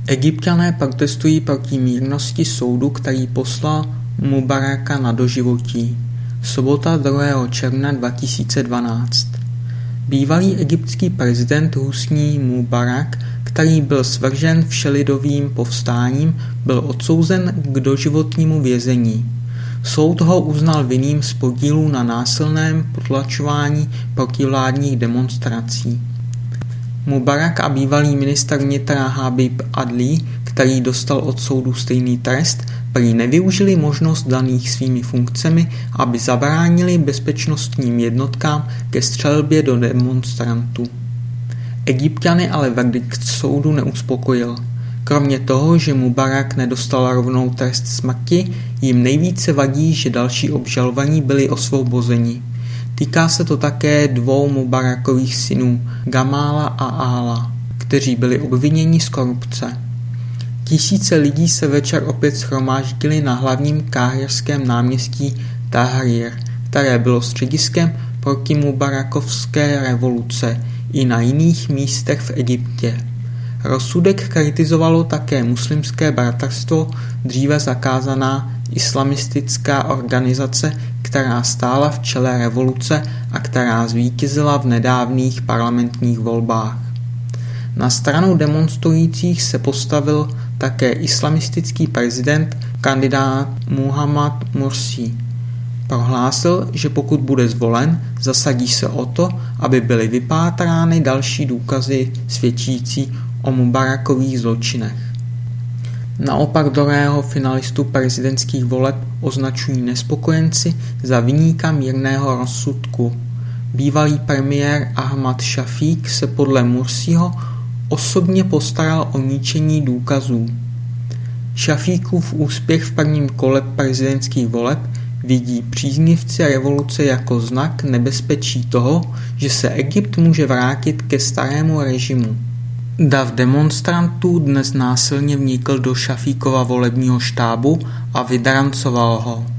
Egypťané protestují proti mírnosti soudu, který poslal Mubaraka na doživotí. Sobota 2. června 2012. Bývalý egyptský prezident Husní Mubarak, který byl svržen všelidovým povstáním, byl odsouzen k doživotnímu vězení. Soud ho uznal vinným z podílu na násilném potlačování protivládních demonstrací. Mubarak a bývalý ministr vnitra Habib Adlí, který dostal od soudu stejný trest, prý nevyužili možnost daných svými funkcemi, aby zabránili bezpečnostním jednotkám ke střelbě do demonstrantů. Egypťany ale verdikt soudu neuspokojil. Kromě toho, že Mubarak nedostal rovnou trest smrti, jim nejvíce vadí, že další obžalovaní byli osvobozeni. Týká se to také 2 Mubarakových synů, Gamála a Ála, kteří byli obviněni z korupce. Tisíce lidí se večer opět shromáždili na hlavním káhirském náměstí Tahrir, které bylo střediskem proti Mubarakovské revoluce, i na jiných místech v Egyptě. Rozsudek kritizovalo také muslimské bratrstvo, dříve zakázaná islamistická organizace, která stála v čele revoluce a která zvítězila v nedávných parlamentních volbách. Na stranu demonstrujících se postavil také islamistický prezident, kandidát Muhammad Mursi. Prohlásil, že pokud bude zvolen, zasadí se o to, aby byly vypátrány další důkazy svědčící o Mubarakových zločinech. Naopak druhého finalistu prezidentských voleb označují nespokojenci za viníka mírného rozsudku. Bývalý premiér Ahmad Šafík se podle Mursího osobně postaral o ničení důkazů. Šafíkův úspěch v prvním kole prezidentských voleb vidí příznivci revoluce jako znak nebezpečí toho, že se Egypt může vrátit ke starému režimu. Dav demonstrantů dnes násilně vnikl do Šafíkova volebního štábu a vydrancoval ho.